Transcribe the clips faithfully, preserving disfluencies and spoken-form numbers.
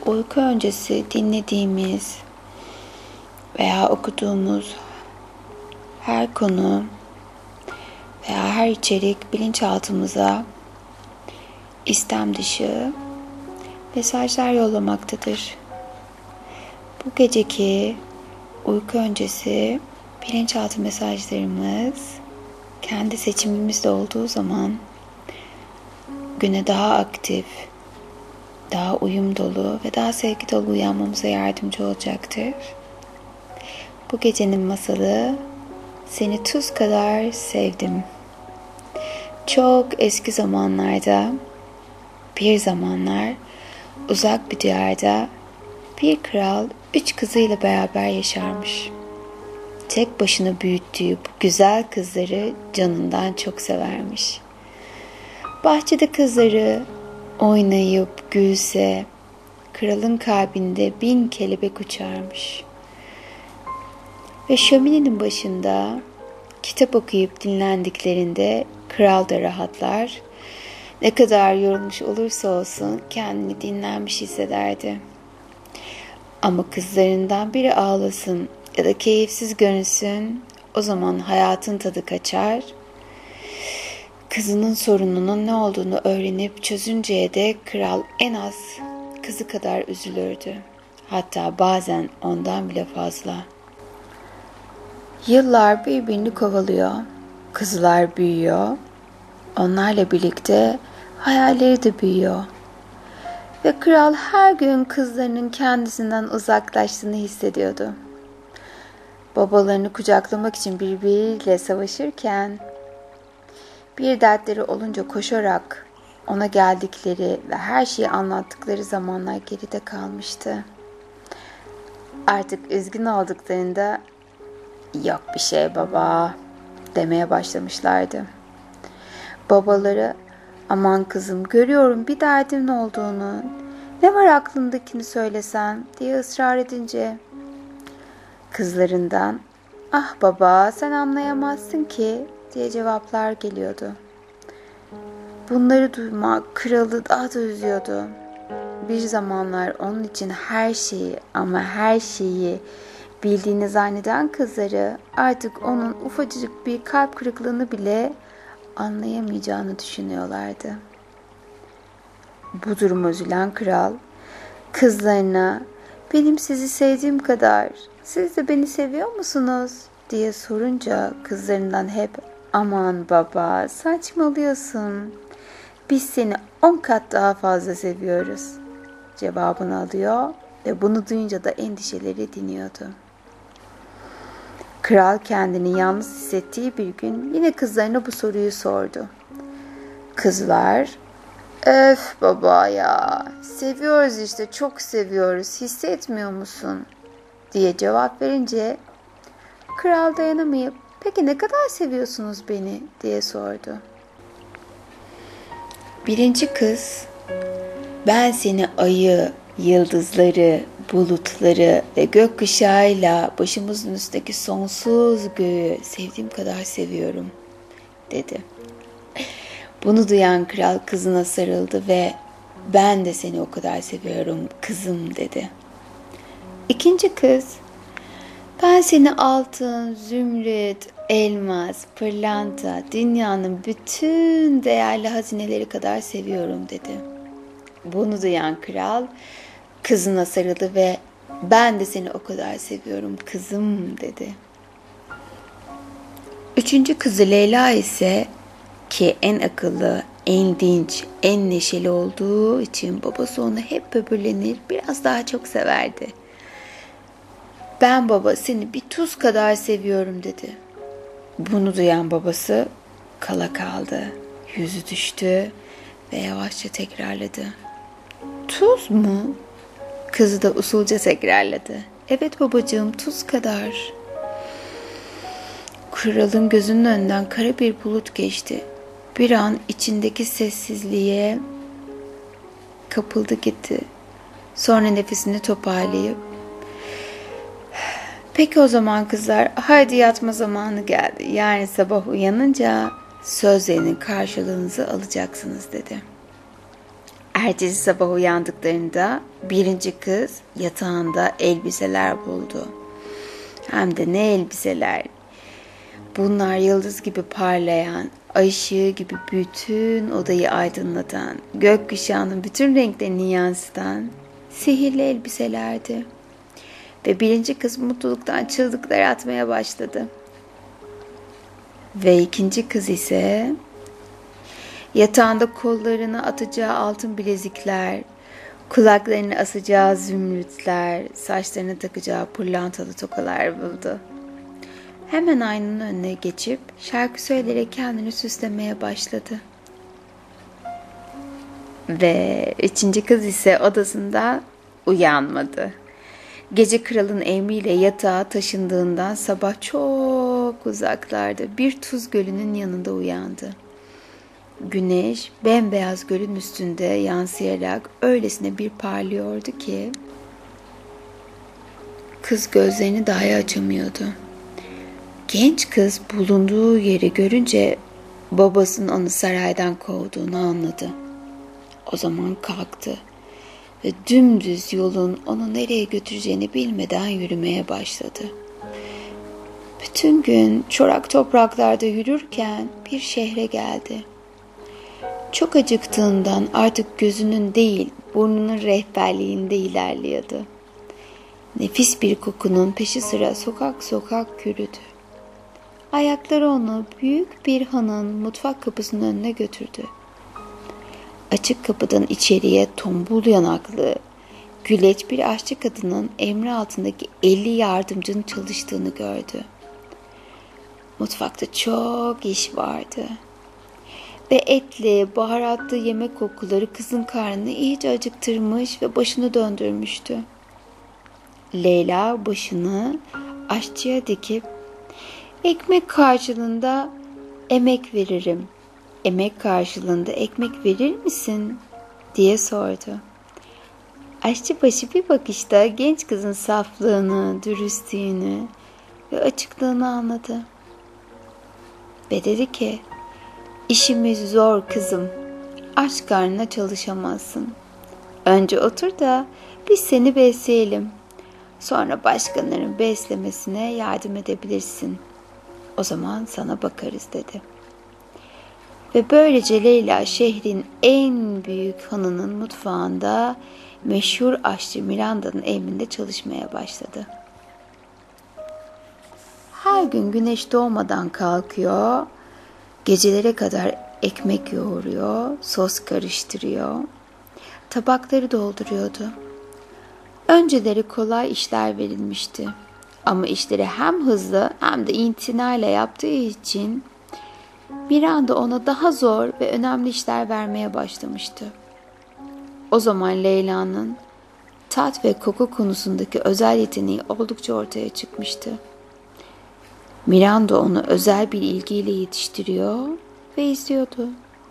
uyku öncesi dinlediğimiz veya okuduğumuz her konu veya her içerik bilinçaltımıza istem dışı mesajlar yollamaktadır. Bu geceki uyku öncesi bilinçaltı mesajlarımız kendi seçimimizde olduğu zaman güne daha aktif, daha uyum dolu ve daha sevgi dolu uyanmamıza yardımcı olacaktır. Bu gecenin masalı Seni Tuz Kadar Sevdim. Çok eski zamanlarda, bir zamanlar uzak bir diyarda bir kral üç kızıyla beraber yaşarmış. Tek başına büyüttüğü bu güzel kızları canından çok severmiş. Bahçede kızları oynayıp gülse, kralın kalbinde bin kelebek uçarmış. Ve şöminenin başında kitap okuyup dinlendiklerinde kral da rahatlar. Ne kadar yorulmuş olursa olsun kendini dinlenmiş hissederdi. Ama kızlarından biri ağlasın ya da keyifsiz görünsün, o zaman hayatın tadı kaçar. Kızının sorununun ne olduğunu öğrenip çözünceye dek kral en az kızı kadar üzülürdü. Hatta bazen ondan bile fazla. Yıllar birbirini kovalıyor. Kızlar büyüyor. Onlarla birlikte hayalleri de büyüyor. Ve kral her gün kızlarının kendisinden uzaklaştığını hissediyordu. Babalarını kucaklamak için birbiriyle savaşırken bir dertleri olunca koşarak ona geldikleri ve her şeyi anlattıkları zamanlar geride kalmıştı. Artık üzgün olduklarında "Yok bir şey baba" demeye başlamışlardı. Babaları "Aman kızım, görüyorum bir derdin olduğunu. Ne var aklındakini söylesen" diye ısrar edince kızlarından "Ah baba, sen anlayamazsın ki" diye cevaplar geliyordu. Bunları duymak kralı daha da üzüyordu. Bir zamanlar onun için her şeyi ama her şeyi bildiğini zanneden kızları artık onun ufacık bir kalp kırıklığını bile anlayamayacağını düşünüyorlardı. Bu duruma üzülen kral kızlarına "Benim sizi sevdiğim kadar siz de beni seviyor musunuz?" diye sorunca kızlarından hep "Aman baba, saçmalıyorsun. Biz seni on kat daha fazla seviyoruz" cevabını alıyor ve bunu duyunca da endişeleri diniyordu. Kral kendini yalnız hissettiği bir gün yine kızlarına bu soruyu sordu. Kızlar "Öf baba ya, seviyoruz işte, çok seviyoruz, hissetmiyor musun?" diye cevap verince kral dayanamayıp "Peki ne kadar seviyorsunuz beni?" diye sordu. Birinci kız "Ben seni ayı, yıldızları, bulutları ve gökkuşağıyla başımızın üstteki sonsuz göğü sevdiğim kadar seviyorum" dedi. Bunu duyan kral kızına sarıldı ve "Ben de seni o kadar seviyorum kızım" dedi. İkinci kız "Ben seni altın, zümrüt, elmas, pırlanta, dünyanın bütün değerli hazineleri kadar seviyorum" dedi. Bunu duyan kral kızına sarıldı ve "Ben de seni o kadar seviyorum kızım" dedi. Üçüncü kızı Leyla ise, ki en akıllı, en dinç, en neşeli olduğu için babası onu hep böbürlenir, biraz daha çok severdi. "Ben baba seni bir tuz kadar seviyorum" dedi. Bunu duyan babası kala kaldı. Yüzü düştü ve yavaşça tekrarladı. "Tuz mu?" Kızı da usulca tekrarladı. "Evet babacığım, tuz kadar." Kralın gözünün önünden kara bir bulut geçti. Bir an içindeki sessizliğe kapıldı gitti. Sonra nefesini toparlayıp "Peki o zaman kızlar, haydi yatma zamanı geldi. Yani sabah uyanınca sözlerinin karşılığınızı alacaksınız" dedi. Ertesi sabah uyandıklarında birinci kız yatağında elbiseler buldu. Hem de ne elbiseler. Bunlar yıldız gibi parlayan, ay ışığı gibi bütün odayı aydınlatan, gökkuşağının bütün renklerini yansıtan sihirli elbiselerdi. Ve birinci kız mutluluktan çığlıklar atmaya başladı. Ve ikinci kız ise yatağında kollarına atacağı altın bilezikler, kulaklarını asacağı zümrütler, saçlarına takacağı pırlantalı tokalar buldu. Hemen aynanın önüne geçip şarkı söyleyerek kendini süslemeye başladı. Ve üçüncü kız ise odasında uyanmadı. Gece kralın emriyle yatağa taşındığından sabah çok uzaklarda bir tuz gölünün yanında uyandı. Güneş bembeyaz gölün üstünde yansıyarak öylesine bir parlıyordu ki kız gözlerini dahi açamıyordu. Genç kız bulunduğu yeri görünce babasının onu saraydan kovduğunu anladı. O zaman kalktı ve dümdüz yolun onu nereye götüreceğini bilmeden yürümeye başladı. Bütün gün çorak topraklarda yürürken bir şehre geldi. Çok acıktığından artık gözünün değil, burnunun rehberliğinde ilerliyordu. Nefis bir kokunun peşi sıra sokak sokak yürüdü. Ayakları onu büyük bir hanın mutfak kapısının önüne götürdü. Açık kapıdan içeriye tombul yanaklı, güleç bir aşçı kadının emri altındaki elli yardımcının çalıştığını gördü. Mutfakta çok iş vardı. Ve etli, baharatlı yemek kokuları kızın karnını iyice acıktırmış ve başını döndürmüştü. Leyla başını aşçıya dikip, ekmek karşılığında emek veririm. Emek karşılığında ekmek verir misin? Diye sordu. Aşçıbaşı bir bakışta genç kızın saflığını, dürüstlüğünü ve açıklığını anladı. Ve dedi ki, İşimiz zor kızım. Aç karnına çalışamazsın. Önce otur da biz seni besleyelim. Sonra başkalarının beslemesine yardım edebilirsin. O zaman sana bakarız dedi. Ve böylece Leyla şehrin en büyük hanının mutfağında meşhur aşçı Miranda'nın emrinde çalışmaya başladı. Her gün güneş doğmadan kalkıyor, gecelere kadar ekmek yoğuruyor, sos karıştırıyor, tabakları dolduruyordu. Önceleri kolay işler verilmişti. Ama işleri hem hızlı hem de itinayla yaptığı için Miranda ona daha zor ve önemli işler vermeye başlamıştı. O zaman Leyla'nın tat ve koku konusundaki özel yeteneği oldukça ortaya çıkmıştı. Miranda onu özel bir ilgiyle yetiştiriyor ve izliyordu.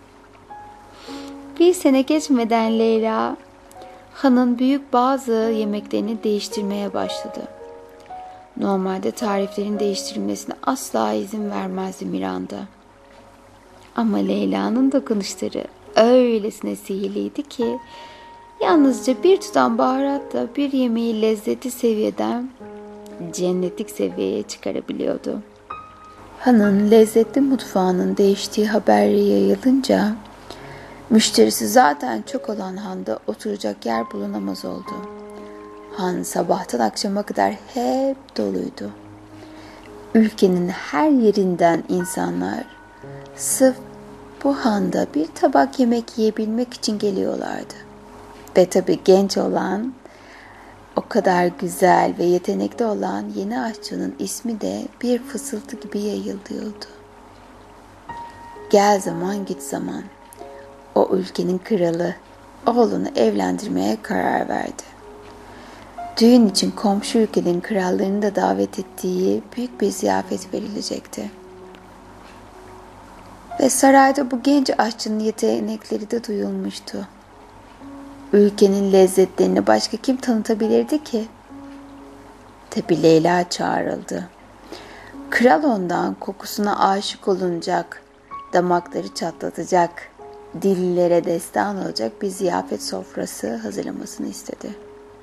Bir sene geçmeden Leyla, hanın büyük bazı yemeklerini değiştirmeye başladı. Normalde tariflerin değiştirilmesine asla izin vermezdi Miranda. Ama Leyla'nın dokunuşları öylesine sihirliydi ki, yalnızca bir tutam baharatla bir yemeği lezzetli seviyeden cennetlik seviyeye çıkarabiliyordu. Hanın lezzetli mutfağının değiştiği haberi yayılınca, müşterisi zaten çok olan handa oturacak yer bulunamaz oldu. Han sabahtan akşama kadar hep doluydu. Ülkenin her yerinden insanlar sırf bu handa bir tabak yemek yiyebilmek için geliyorlardı. Ve tabii genç olan, o kadar güzel ve yetenekli olan yeni aşçının ismi de bir fısıltı gibi yayılıyordu. Gel zaman git zaman, o ülkenin kralı oğlunu evlendirmeye karar verdi. Düğün için komşu ülkenin krallarını da davet ettiği büyük bir ziyafet verilecekti. Ve sarayda bu genç aşçının yetenekleri de duyulmuştu. Ülkenin lezzetlerini başka kim tanıtabilirdi ki? Tabi Leyla çağrıldı. Kral ondan kokusuna aşık olunacak, damakları çatlatacak dillilere destan olacak bir ziyafet sofrası hazırlamasını istedi.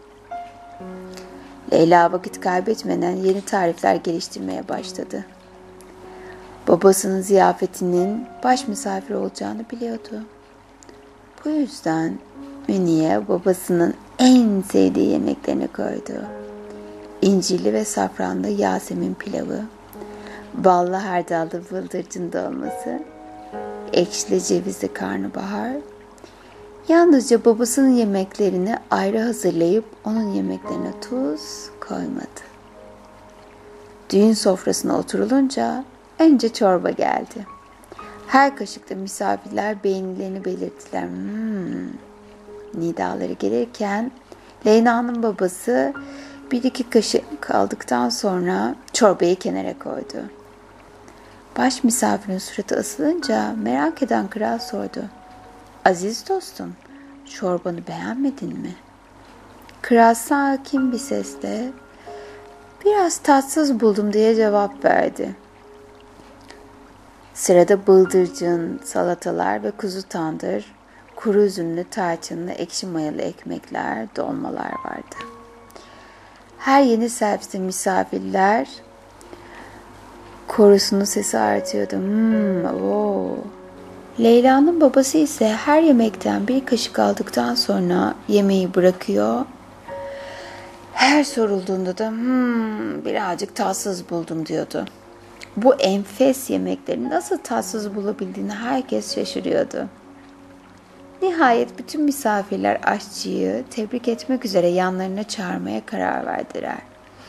Leyla vakit kaybetmeden yeni tarifler geliştirmeye başladı. Babasının ziyafetinin baş misafir olacağını biliyordu. Bu yüzden menüye babasının en sevdiği yemeklerini koydu. İncirli ve safranlı Yasemin pilavı, ballı hardallı bıldırcın dolması, ekşili cevizli karnabahar. Yalnızca babasının yemeklerini ayrı hazırlayıp onun yemeklerine tuz koymadı. Düğün sofrasına oturulunca önce çorba geldi. Her kaşıkta misafirler beğenilerini belirttiler. Hmm. Nidaları gelirken Leyla'nın babası bir iki kaşık kaldıktan sonra çorbayı kenara koydu. Baş misafirin suratı asılınca merak eden kral sordu. Aziz dostum, çorbanı beğenmedin mi? Kral sakin bir sesle biraz tatsız buldum diye cevap verdi. Sırada bıldırcın, salatalar ve kuzu tandır, kuru üzümlü, tarçınlı, ekşi mayalı ekmekler, dolmalar vardı. Her yeni serviste misafirler korusunun sesi artıyordu. Hmm, oo. Leyla'nın babası ise her yemekten bir kaşık aldıktan sonra yemeği bırakıyor. Her sorulduğunda da hmm, birazcık tatsız buldum diyordu. Bu enfes yemekleri nasıl tatsız bulabildiğini herkes şaşırıyordu. Nihayet bütün misafirler aşçıyı tebrik etmek üzere yanlarına çağırmaya karar verdiler.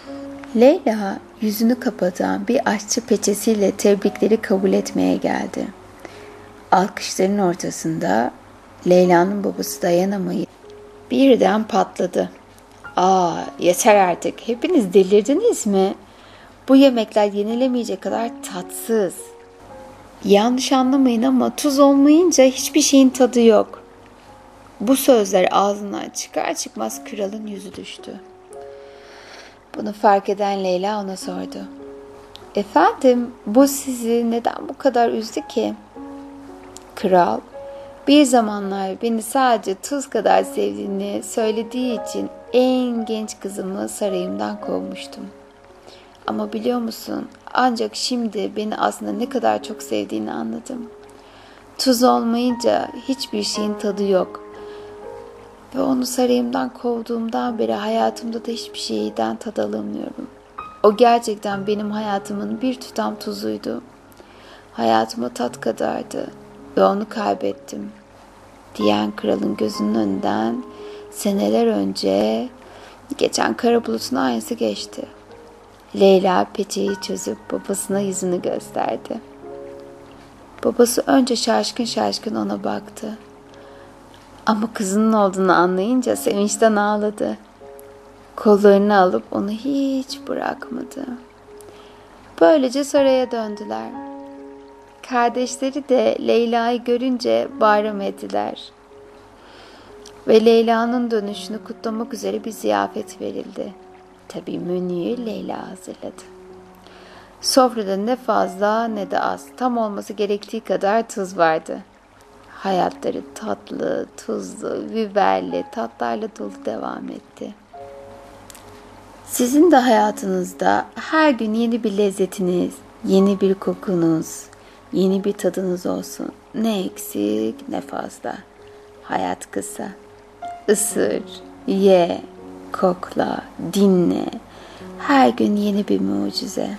Leyla yüzünü kapatan bir aşçı peçesiyle tebrikleri kabul etmeye geldi. Alkışların ortasında Leyla'nın babası dayanamayıp birden patladı. Aa, yeter artık, hepiniz delirdiniz mi? Bu yemekler yenilemeyecek kadar tatsız. Yanlış anlamayın ama tuz olmayınca hiçbir şeyin tadı yok. Bu sözler ağzından çıkar çıkmaz kralın yüzü düştü. Bunu fark eden Leyla ona sordu. Efendim, bu sizi neden bu kadar üzdü ki? Kral, bir zamanlar beni sadece tuz kadar sevdiğini söylediği için en genç kızımı sarayımdan kovmuştum. Ama biliyor musun, ancak şimdi beni aslında ne kadar çok sevdiğini anladım. Tuz olmayınca hiçbir şeyin tadı yok. Ve onu sarayımdan kovduğumdan beri hayatımda da hiçbir şeyden tad alamıyorum. O gerçekten benim hayatımın bir tutam tuzuydu. Hayatıma tat kadardı ve onu kaybettim. Diyen kralın gözünün önünden seneler önce geçen kara bulutun aynısı geçti. Leyla peçeyi çözüp babasına yüzünü gösterdi. Babası önce şaşkın şaşkın ona baktı. Ama kızının olduğunu anlayınca sevinçten ağladı. Kollarını alıp onu hiç bırakmadı. Böylece saraya döndüler. Kardeşleri de Leyla'yı görünce bayram ettiler. Ve Leyla'nın dönüşünü kutlamak üzere bir ziyafet verildi. Tabii menüyü Leyla hazırladı. Sofrada ne fazla ne de az, tam olması gerektiği kadar tuz vardı. Hayatları tatlı, tuzlu, biberli, tatlarla dolu devam etti. Sizin de hayatınızda her gün yeni bir lezzetiniz, yeni bir kokunuz, yeni bir tadınız olsun. Ne eksik ne fazla. Hayat kısa. Isır, ye, kokla, dinle. Her gün yeni bir mucize.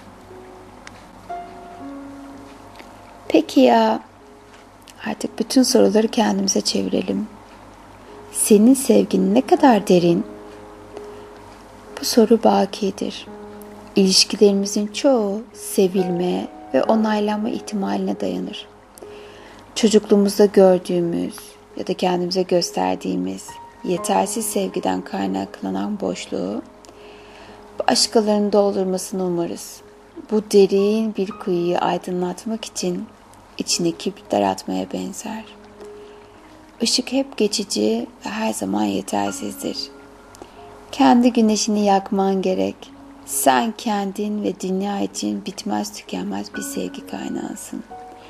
Peki ya, artık bütün soruları kendimize çevirelim. Senin sevgin ne kadar derin? Bu soru bakidir. İlişkilerimizin çoğu sevilme ve onaylanma ihtimaline dayanır. Çocukluğumuzda gördüğümüz ya da kendimize gösterdiğimiz yetersiz sevgiden kaynaklanan boşluğu başkalarının doldurmasını umarız. Bu derin bir kuyuyu aydınlatmak için içine kibritler atmaya benzer. Işık hep geçici ve her zaman yetersizdir. Kendi güneşini yakman gerek. Sen kendin ve dünya için bitmez tükenmez bir sevgi kaynağısın.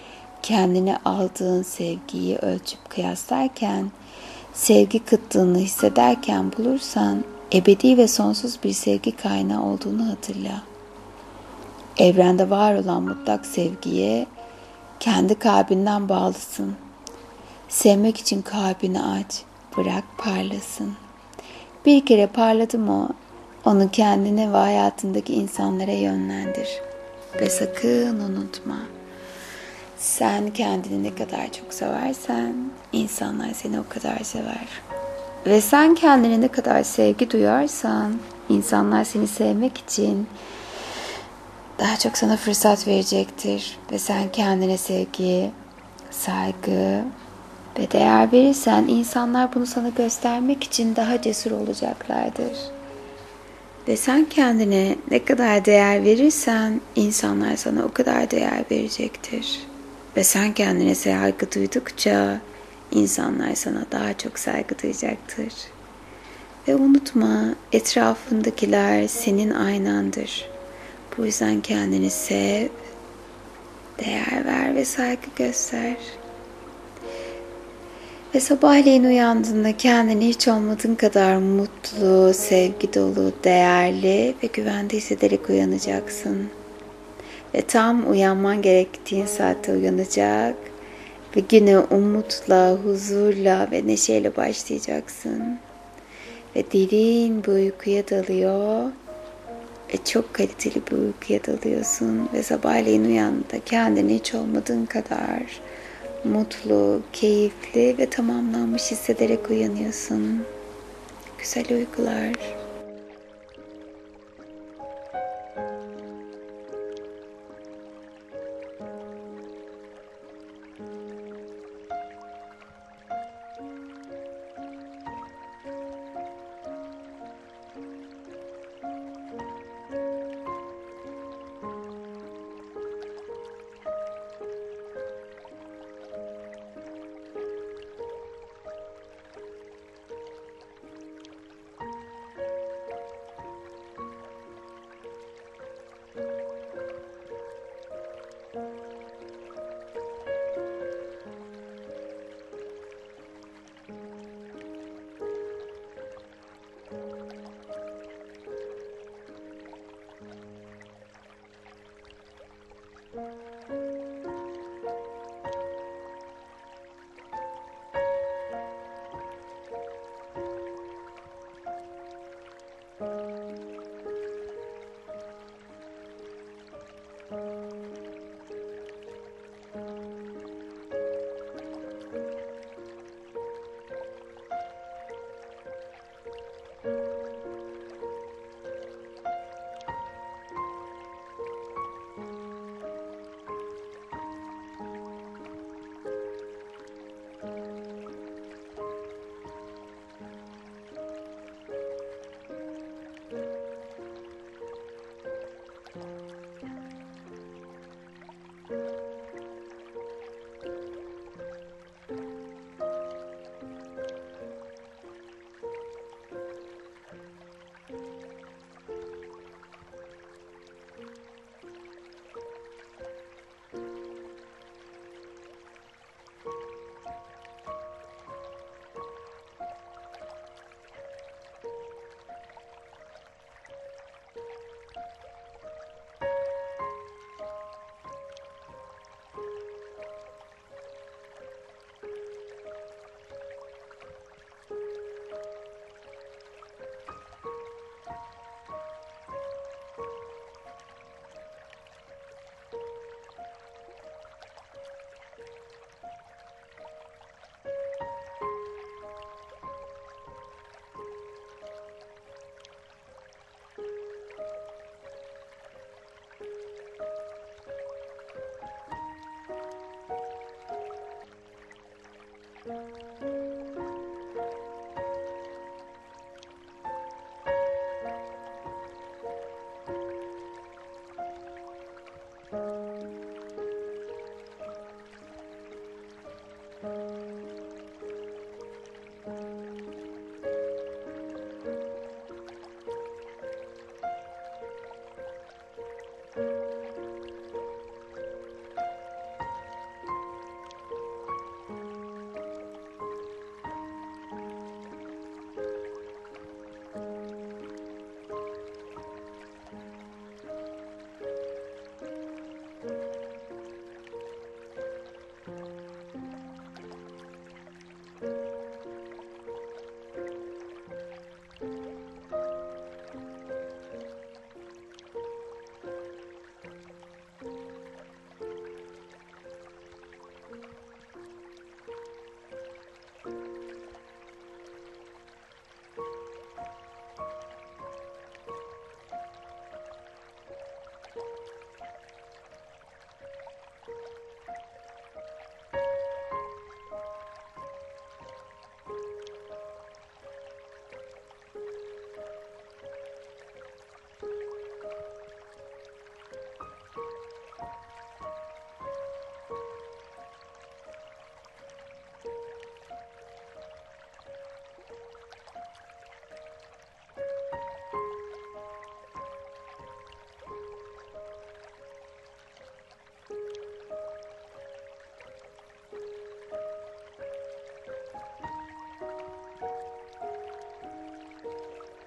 kendine aldığın sevgiyi ölçüp kıyaslarken, sevgi kıtlığını hissederken bulursan, ebedi ve sonsuz bir sevgi kaynağı olduğunu hatırla. Evrende var olan mutlak sevgiye kendi kalbinden bağlısın. Sevmek için kalbini aç, bırak parlasın. Bir kere parladı mı, onu kendine ve hayatındaki insanlara yönlendir. Ve sakın unutma, sen kendini ne kadar çok seversen, insanlar seni o kadar sever. Ve sen kendine ne kadar sevgi duyarsan, insanlar seni sevmek için daha çok sana fırsat verecektir. Ve sen kendine sevgi, saygı ve değer verirsen, insanlar bunu sana göstermek için daha cesur olacaklardır. Ve sen kendine ne kadar değer verirsen, insanlar sana o kadar değer verecektir. Ve sen kendine saygı duydukça, insanlar sana daha çok saygı duyacaktır. Ve unutma, etrafındakiler senin aynandır. Bu yüzden kendini sev, değer ver ve saygı göster. Ve sabahleyin uyandığında kendini hiç olmadığın kadar mutlu, sevgi dolu, değerli ve güvende hissederek uyanacaksın. Ve tam uyanman gerektiğin saatte uyanacak ve güne umutla, huzurla ve neşeyle başlayacaksın. Ve derin bir uykuya dalıyor ve çok kaliteli bir uykuya dalıyorsun. Ve sabahleyin uyandığında kendini hiç olmadığın kadar mutlu, keyifli ve tamamlanmış hissederek uyanıyorsun. Güzel uykular.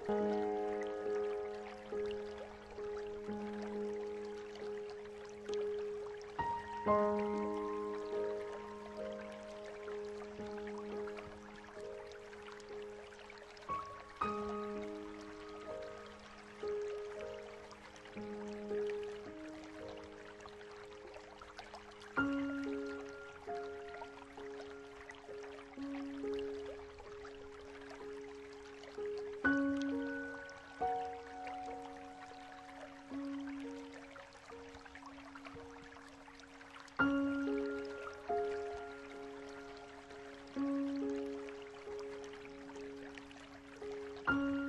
Thank you.